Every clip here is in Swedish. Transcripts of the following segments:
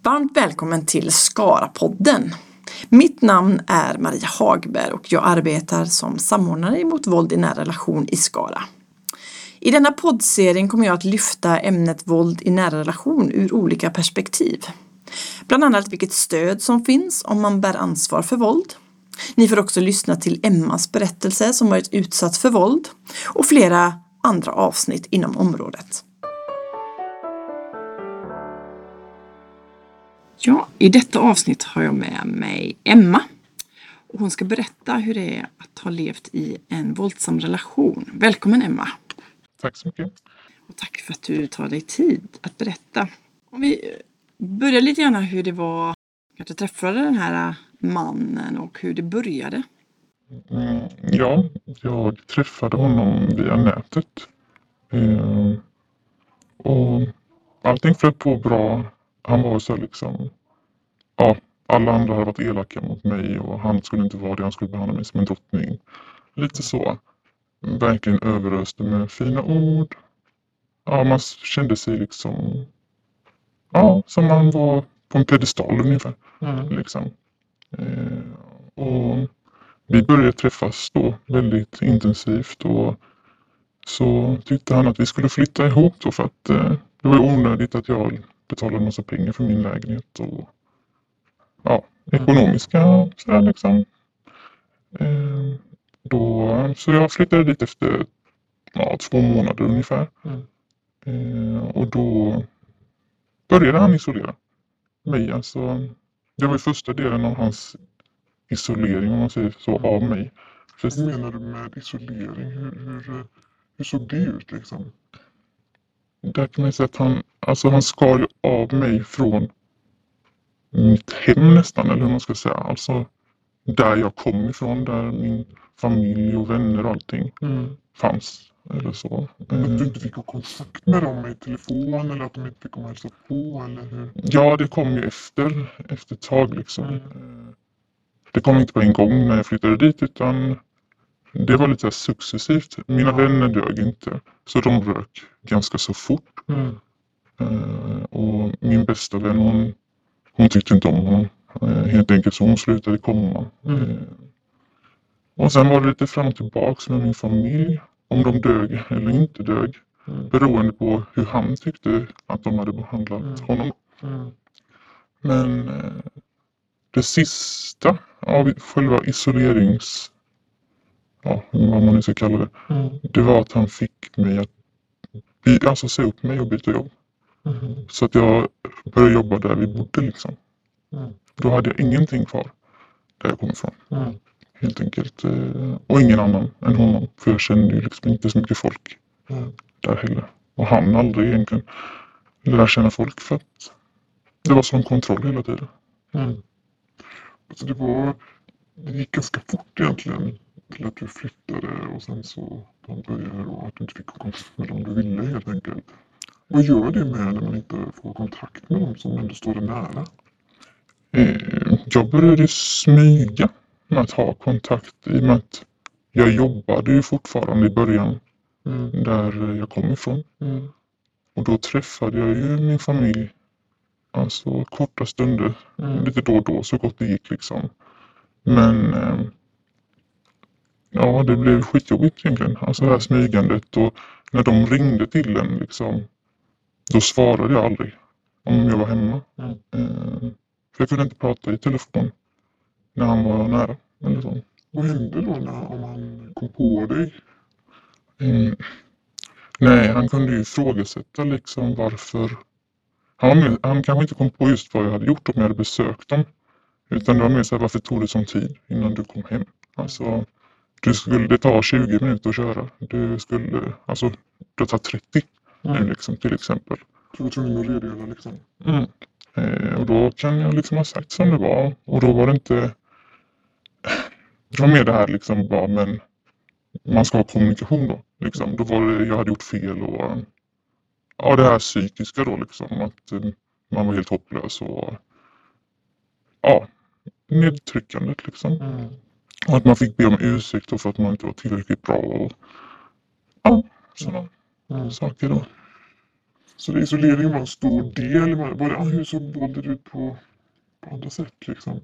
Varmt välkommen till Skara-podden. Mitt namn är Maria Hagberg och jag arbetar som samordnare mot våld i nära relation i Skara. I denna poddserien kommer jag att lyfta ämnet våld i nära relation ur olika perspektiv. Bland annat vilket stöd som finns om man bär ansvar för våld. Ni får också lyssna till Emmas berättelse som varit utsatt för våld och flera andra avsnitt inom området. Ja, i detta avsnitt har jag med mig Emma. Och hon ska berätta hur det är att ha levt i en våldsam relation. Välkommen Emma. Tack så mycket. Och tack för att du tar dig tid att berätta. Om vi börjar lite grann hur det var att du träffade den här mannen och hur det började. Ja, jag träffade honom via nätet. Och allting flöt på bra. Han var så liksom, ja, alla andra hade varit elaka mot mig och han skulle inte vara det, han skulle behandla mig som en drottning. Lite så. Verkligen överöste med fina ord. Ja, man kände sig liksom, ja, som man var på en pedestal ungefär. Liksom. Och vi började träffas då väldigt intensivt och så tyckte han att vi skulle flytta ihop då för att det var onödigt att jag betalade en massa pengar för min lägenhet och ja, ekonomiska sådär liksom. Så jag flyttade dit efter 2 månader ungefär. Och då började han isolera mig. Alltså, det var ju första delen av hans isolering om man säger så av mig. Vad menar du med isolering? Hur såg det ut liksom? Där kan man säga att han skar ju av mig från mitt hem nästan, eller hur man ska säga. Alltså där jag kom ifrån, där min familj och vänner och allting fanns. Eller så. Att du inte fick ha kontakt med dem i telefon eller att de inte fick komma och hälsa på eller hur? Ja, det kom ju efter ett tag liksom. Det kom inte på en gång när jag flyttade dit utan det var lite successivt. Mina vänner dög inte så de rök ganska så fort. Och min bästa vän hon tyckte inte om honom. Helt enkelt så hon slutade komma. Och sen var det lite fram och tillbaka med min familj. Om de dög eller inte dög. Beroende på hur han tyckte att de hade behandlat honom. Men det sista av själva isolerings... Ja, vad man nu ska kalla det. Det var att han fick mig att se upp mig och byta jobb. Så att jag började jobba där vi bodde liksom. Då hade jag ingenting kvar där jag kom ifrån. Helt enkelt. Och ingen annan än honom. För jag kände ju liksom inte så mycket folk där heller. Och han aldrig egentligen lära känna folk för att det var sån kontroll hela tiden. Alltså det gick ganska fort egentligen till att du flyttade och sen så de började och att du inte fick kontakt med dem du ville helt enkelt. Vad gör det med när man inte får kontakt med dem som ändå står dig nära? Jag började smyga med att ha kontakt i och med att jag jobbade ju fortfarande i början där jag kom ifrån. Och då träffade jag ju min familj alltså korta stunder, lite då och då så gott det gick liksom. Men ja, det blev skitjobbigt egentligen. Alltså det här smygandet och när de ringde till en liksom, då svarade jag aldrig om jag var hemma. För jag kunde inte prata i telefon när han var nära. Eller så. Vad hände då om han kom på dig? Nej, han kunde ju ifrågasätta liksom varför. Han kanske inte kom på just vad jag hade gjort om jag hade besökt dem. Utan det var mer så här, varför tog det sån tid innan du kom hem? Alltså, det tar 20 minuter att köra. Det tar 30 liksom, till exempel. Så du var tvungen att redogöra liksom? Och då kan jag liksom ha sagt som det var. Och då var det inte... Det var mer det här liksom bara, men man ska ha kommunikation då. Liksom. Då var det, jag hade gjort fel och... Ja, det här psykiska då liksom. Att man var helt hopplös och... Ja, nedtryckandet liksom. Och att man fick be om ursäkt för att man inte var tillräckligt bra och... Ja, sådana saker då. Så isolering var en stor del. Hur såg våldet ut på andra sätt liksom?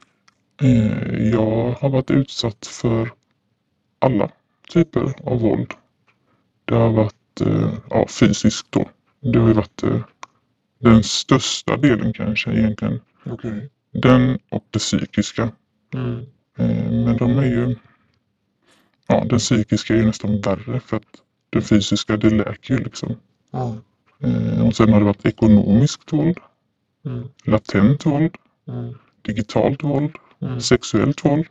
Jag har varit utsatt för alla typer av våld. Det har varit fysiskt då. Det har ju varit den största delen kanske egentligen. Okej. Den och det psykiska. Men de är ju... Ja, den psykiska är ju nästan värre för att den fysiska det läker ju liksom. Ja. Och sen har det varit ekonomiskt våld, latent våld, digitalt våld, sexuellt våld.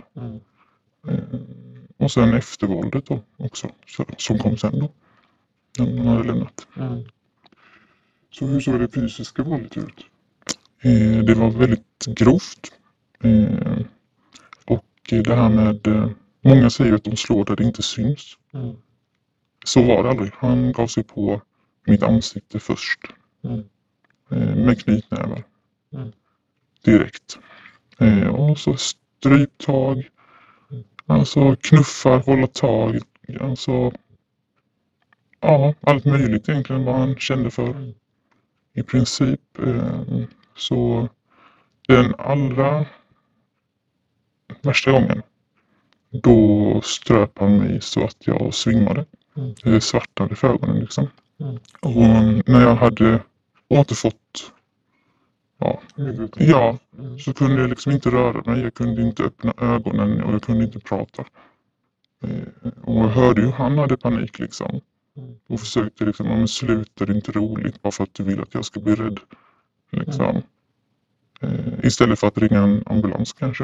Och sen eftervåldet då också, som kom sen då. När man hade lämnat. Så hur såg det fysiska våldet ut? Det var väldigt grovt. Och det här med... Många säger att de slår där det inte syns. Så var det aldrig. Han gav sig på mitt ansikte först. Med knytnävar. Direkt. Och så stryptag. Alltså knuffar, hålla tag. Alltså... Ja, allt möjligt egentligen vad han kände för. I princip. Så den allra värsta gången. Då ströp han mig så att jag svimmade. Det svartnade för ögonen liksom. Och när jag hade återfått så kunde jag liksom inte röra mig. Jag kunde inte öppna ögonen och jag kunde inte prata. Och jag hörde ju han hade panik liksom. Och försökte liksom, men sluta, det är inte roligt bara för att du vill att jag ska bli rädd. Liksom. Istället för att ringa en ambulans kanske.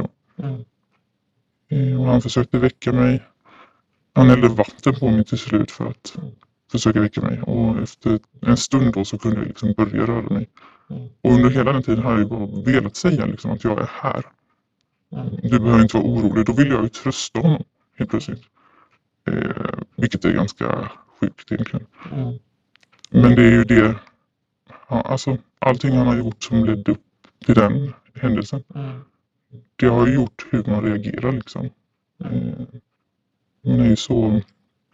Och han försökte väcka mig. Han hällde vatten på mig till slut för att försöka väcka mig. Och efter en stund då så kunde jag liksom börja röra mig. Och under hela den tiden har jag bara velat säga liksom att jag är här. Du behöver inte vara orolig. Då vill jag ju trösta honom helt plötsligt. Vilket är ganska sjukt egentligen. Men det är ju det. Ja, alltså allting han har gjort som ledde upp till den händelsen. Det har ju gjort hur man reagerar liksom. Man är ju så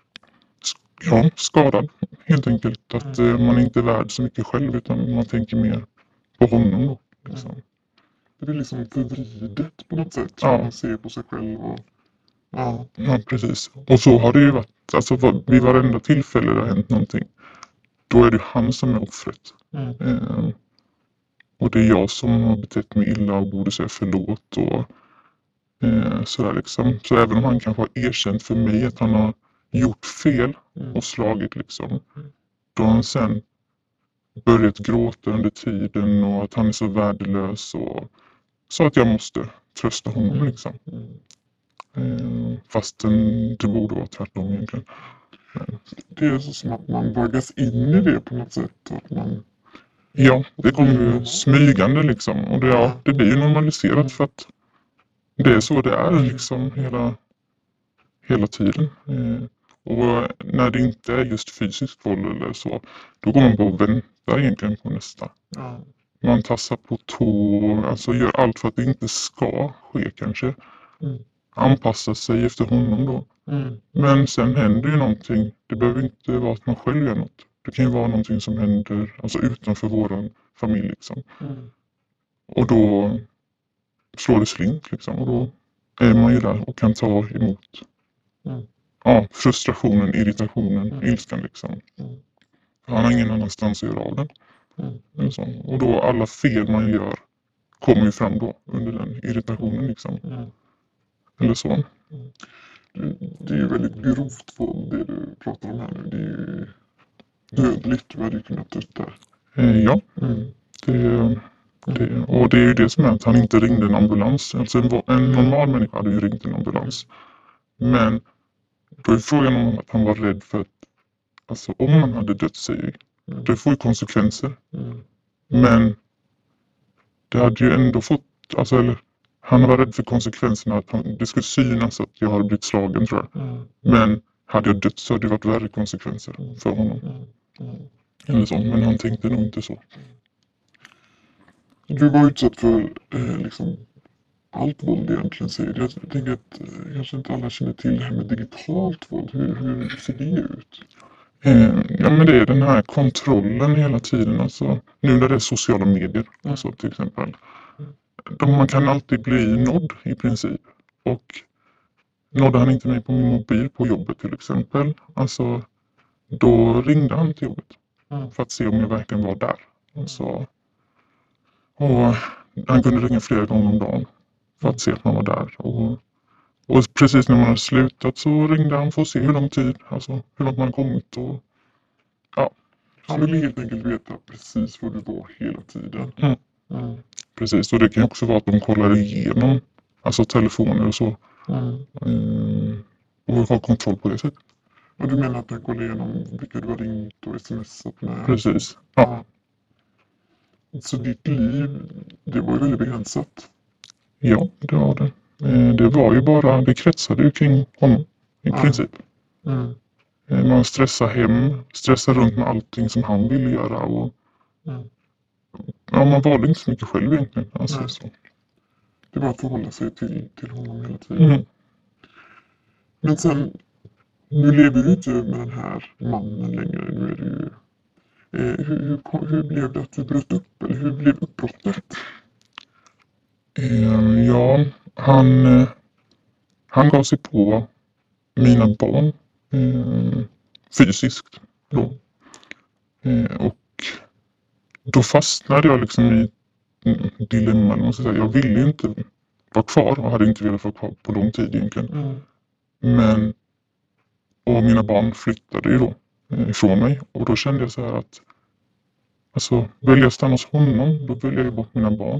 skadad helt enkelt. Att man inte är värd så mycket själv utan man tänker mer på honom då. Liksom. Det är liksom förvridet på något sätt. Ja. Man ser på sig själv och... Ja, precis. Och så har det ju varit. Alltså vid varenda tillfälle det har hänt någonting. Då är det han som är offret. Och det är jag som har betett mig illa och borde säga förlåt och sådär liksom. Så även om han kanske har erkänt för mig att han har gjort fel och slagit liksom. Då har han sen börjat gråta under tiden och att han är så värdelös och så att jag måste trösta honom liksom. Fastän det borde vara tvärtom egentligen. Det är så som att man vaggas in i det på något sätt. Att man... Ja, det kommer ju smygande liksom. Och det blir ju normaliserat för att det är så det är liksom hela tiden. Och när det inte är just fysiskt våld eller så, då går man bara och väntar egentligen på nästa. Man tassar på tå, alltså gör allt för att det inte ska ske kanske. Anpassar sig efter honom då. Men sen händer ju någonting. Det behöver inte vara att man själv gör något. Det kan ju vara någonting som händer alltså utanför våran familj liksom. Och då slår det slint liksom. Och då är man ju där och kan ta emot frustrationen, irritationen, ilskan liksom. Han har ingen annanstans att göra av den. Eller så. Och då alla fel man gör kommer ju fram då under den irritationen liksom. Eller så. Det är ju väldigt grovt våld det du pratar om här nu. Det är ju dödligt. Du hade ju kunnat dött där. Ja. Och det är ju det som är att han inte ringde en ambulans. Alltså en normal människa hade ju ringt en ambulans. Men då är frågan om att han var rädd för att alltså om han hade dött sig, det får ju konsekvenser. Men det hade ju ändå fått, alltså eller han var rädd för konsekvenserna att det skulle synas att jag hade blivit slagen tror jag. Men hade jag dött så hade det varit värre konsekvenser för honom. Eller så, men han tänkte nog inte så. Du var utsatt för liksom allt våld egentligen säger du. Jag tänker att kanske inte alla känner till det här med digitalt våld. Hur ser det ut? Ja, men det är den här kontrollen hela tiden. Alltså, nu när det är sociala medier, alltså till exempel. Man kan alltid bli nådd i princip. Och nådde han inte mig på min mobil på jobbet till exempel. Alltså, då ringde han till jobbet. För att se om jag verkligen var där. Alltså, och han kunde ringa flera gånger om dagen. För att se att man var där. Och precis när man hade slutat så ringde han för att se hur lång tid. Alltså hur långt man kommit. Och, ja. Han ville helt enkelt veta precis var du var hela tiden. Precis, och det kan också vara att de kollar igenom alltså telefoner och så. Och har kontroll på det sättet. Och du menar att han kollar igenom vilka du har ringt och smsat med? Precis. Ja. Så ditt liv, det var ju väldigt begränsat. Ja, det var det. Det var ju bara, det kretsade ju kring honom i princip. Man stressar runt med allting som han ville göra. Och, ja, man valde inte så mycket själv egentligen. Alltså, så. Det var att förhålla sig till honom hela tiden. Men sen, nu lever du inte med den här mannen längre. Nu är det ju, hur blev det att du bröt upp? Eller hur blev uppbrottet? Ja, han gav sig på mina barn fysiskt då. Och då fastnade jag liksom i dilemman. Jag ville inte vara kvar och hade inte velat vara kvar på lång tid egentligen. Och mina barn flyttade ju då ifrån mig. Och då kände jag så här att alltså, väljer jag stanna hos honom, då väljer jag bort mina barn.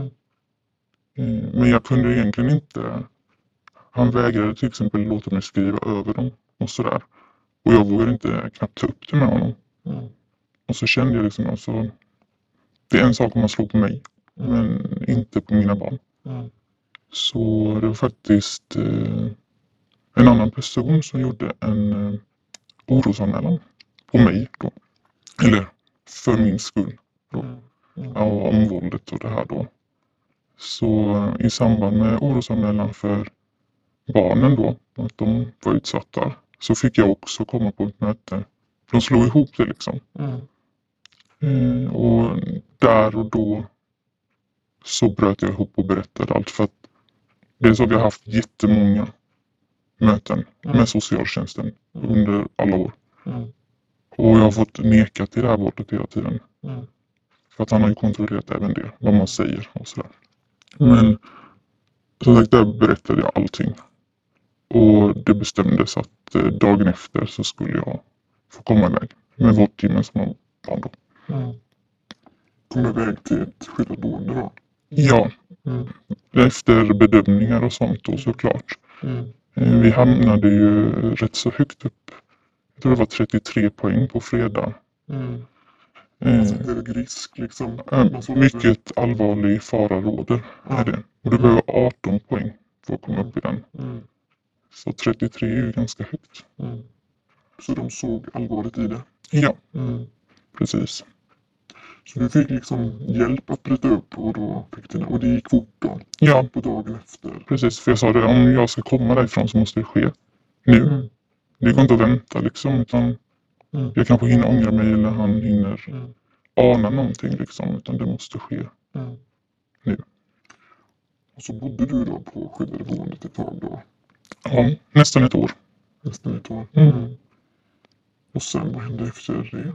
Men jag kunde egentligen inte. Han vägrade till exempel låta mig skriva över dem och sådär. Och jag vågade inte knappt ta upp det med honom. Och så kände jag liksom alltså, det är en sak om man slår på mig, men inte på mina barn. Så det var faktiskt en annan person som gjorde en orosanmälan på mig då. Eller för min skull då. Ja, om våldet och det här då. Så i samband med orosanmälan för barnen då, att de var utsatta, så fick jag också komma på ett möte. De slog ihop det liksom. Och där och då så bröt jag ihop och berättade allt, för att det är så vi har haft jättemånga möten med socialtjänsten under alla år. Och jag har fått neka till det här våldet hela tiden. För att han har ju kontrollerat även det, vad man säger och sådär. Men som sagt, där berättade jag allting. Och det bestämdes att dagen efter så skulle jag få komma iväg med vårt gemensamma barn då. Komma iväg till ett skyddat boende då? Ja, efter bedömningar och sånt då såklart. Vi hamnade ju rätt så högt upp. Jag tror det var 33 poäng på fredag. Alltså hög risk liksom. Mycket allvarlig fara råder är det. Och du behöver 18 poäng för att komma upp i den. Så 33 är ju ganska högt. Så de såg allvaret i det? Ja, precis. Så du fick liksom hjälp att bryta upp och då fick dina, och det gick fort då? Ja, på dagen efter? Precis, för jag sa det, om jag ska komma därifrån så måste det ske nu. Det går inte att vänta liksom, utan jag kanske hinner ångra mig eller han hinner ana någonting liksom, utan det måste ske nu. Och så bodde du då på skyddade boendet ett tag då? Ja, nästan ett år. Nästan ett år. Och sen vad hände efter det?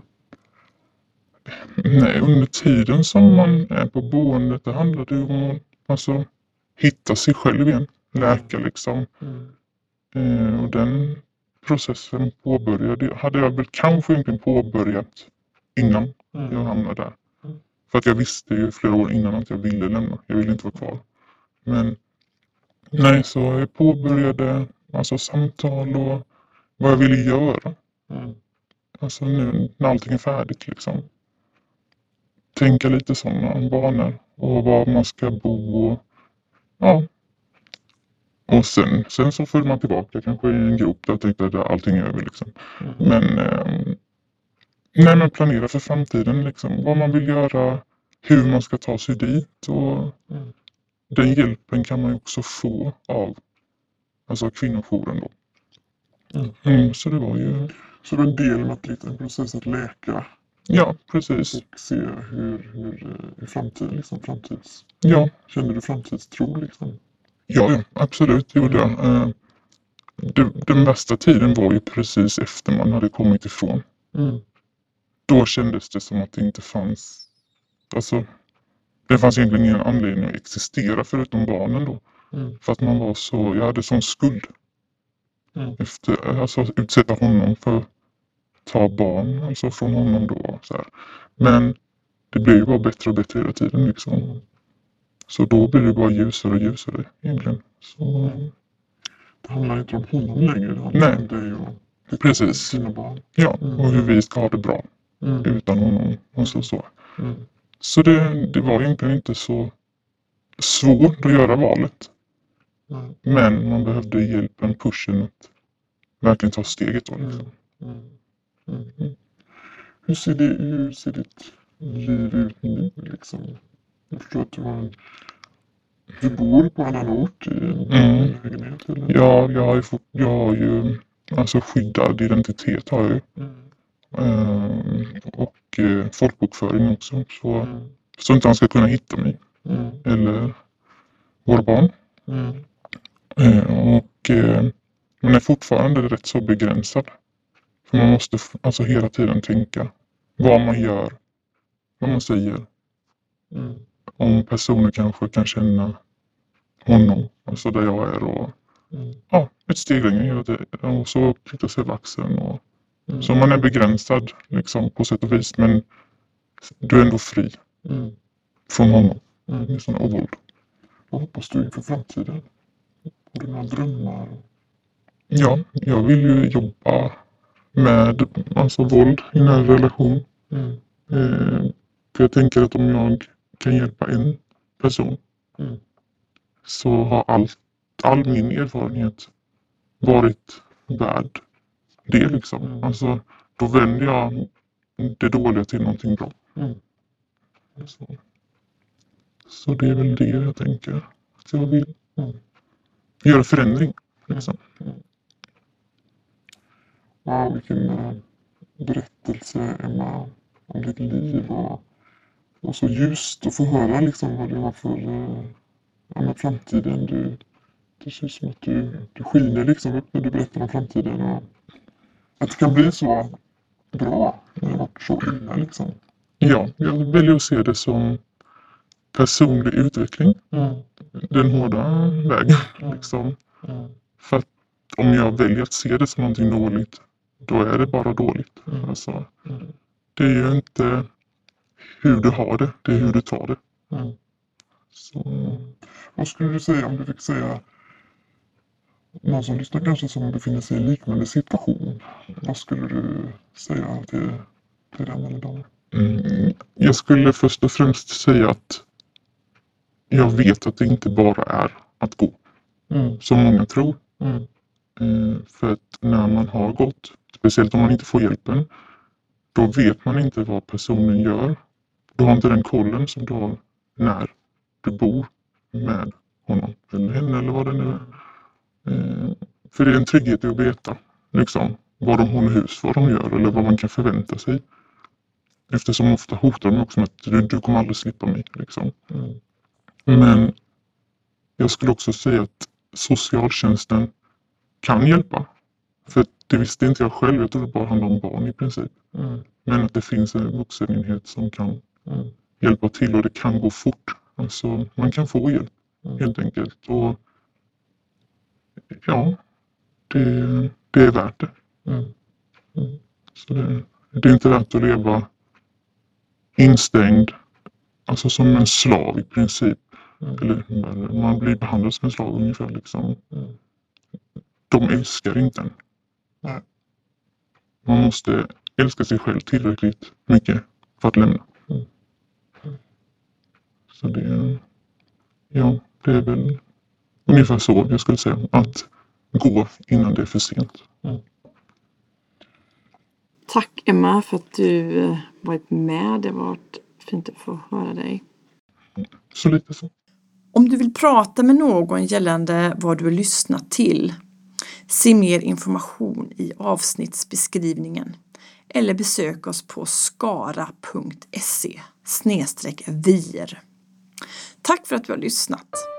Nej, under tiden som man är på boendet, det handlar det om att alltså, hitta sig själv igen, läka liksom. Och den processen hade jag väl kanske egentligen påbörjat innan jag hamnade där. För att jag visste ju flera år innan att jag ville lämna, jag ville inte vara kvar. Men nej, så jag påbörjade alltså samtal och vad jag ville göra. Alltså nu när allting är färdigt liksom. Tänka lite sådana banor och var man ska bo och ja. Och sen så föll man tillbaka kanske i en grop där jag tänkte att allting är över liksom. Men planera för framtiden liksom. Vad man vill göra, hur man ska ta sig dit och den hjälpen kan man ju också få av alltså kvinnojouren då. Så det var ju... Så det är en del med lite en process att läka Ja, precis. och se hur framtiden liksom Ja, känner du framtidstro liksom? ja, absolut, det gjorde jag. Den bästa tiden var ju precis efter man hade kommit ifrån. Då kändes det som att det inte fanns, alltså det fanns egentligen ingen anledning att existera förutom barnen då. För att man var så, jag hade sån skuld. Efter, alltså utsätta honom för att ta barn, alltså från honom då. Så här. Men det blev ju bara bättre och bättre hela tiden liksom. Så då blir det bara ljusare och ljusare egentligen. Så, Det handlar inte om honom längre, det handlar Nej. om dig och Precis. dina barn. ja, och hur vi ska ha det bra utan honom och så. Så det var egentligen inte så svårt att göra valet. Men man behövde hjälpen, pushen att verkligen ta steget då liksom. Hur ser ditt liv ut nu liksom? Jag förstår att du bor på en annan ort i en lägenhet eller? Ja, jag har ju alltså skyddad identitet har jag ju. Och folkbokföring också. Så inte han ska kunna hitta mig. Eller våra barn. Man är fortfarande rätt så begränsad. För man måste alltså hela tiden tänka vad man gör, vad man säger. Om personer kanske kan känna honom, alltså där jag är och ett steg längre hela tiden. Och så titta sig över axeln och så man är begränsad liksom på sätt och vis, men du är ändå fri från honom. Liksom, och våld. Vad hoppas du inför framtiden? Har du några drömmar? Ja, jag vill ju jobba med alltså våld i en nära relation. För jag tänker att om jag kan hjälpa en person så har all min erfarenhet varit värd det liksom. Alltså, då vänder jag det dåliga till någonting bra. Så det är väl det jag tänker. Att jag vill göra förändring. Liksom. Wow, vilken berättelse, Emma, om ditt liv och så ljust att få höra liksom vad du har för med framtiden. Det känns som att du skiner liksom upp när du berättar om framtiden och att det kan bli så bra när det har varit så illa liksom. Ja, jag väljer att se det som personlig utveckling. Den hårda vägen liksom. För att om jag väljer att se det som någonting dåligt, då är det bara dåligt. Alltså, det är ju inte hur du har det, det är hur du tar det. Så. Vad skulle du säga om du fick säga någon som lyssnar kanske som befinner sig i en liknande situation? Vad skulle du säga till den eller dem? Jag skulle först och främst säga att jag vet att det inte bara är att gå. Som många tror. För att när man har gått, speciellt om man inte får hjälpen, då vet man inte vad personen gör. Du har inte den kollen som du har när du bor med honom eller henne eller vad det nu är. För det är en trygghet i att veta liksom, vad de håller hus, vad de gör eller vad man kan förvänta sig. Eftersom ofta hotar de också med att du kommer aldrig slippa mig. Liksom. Men jag skulle också säga att socialtjänsten kan hjälpa. För det visste inte jag själv, jag trodde det bara handlade om barn i princip. Men att det finns en vuxenenhet som kan hjälpa till och det kan gå fort. Alltså man kan få hjälp helt enkelt. Och ja, det är värt det. Så det är inte värt att leva instängd, alltså som en slav i princip. Eller man blir behandlad som en slav ungefär liksom. De älskar inte en. Man måste älska sig själv tillräckligt mycket för att lämna. Så det är väl ungefär så jag skulle säga. Att gå innan det är för sent. Tack Emma för att du varit med. Det var fint att få höra dig. Så lite så. Om du vill prata med någon gällande vad du har lyssnat till, Se mer information i avsnittsbeskrivningen eller besök oss på skara.se/vir. Tack för att du har lyssnat!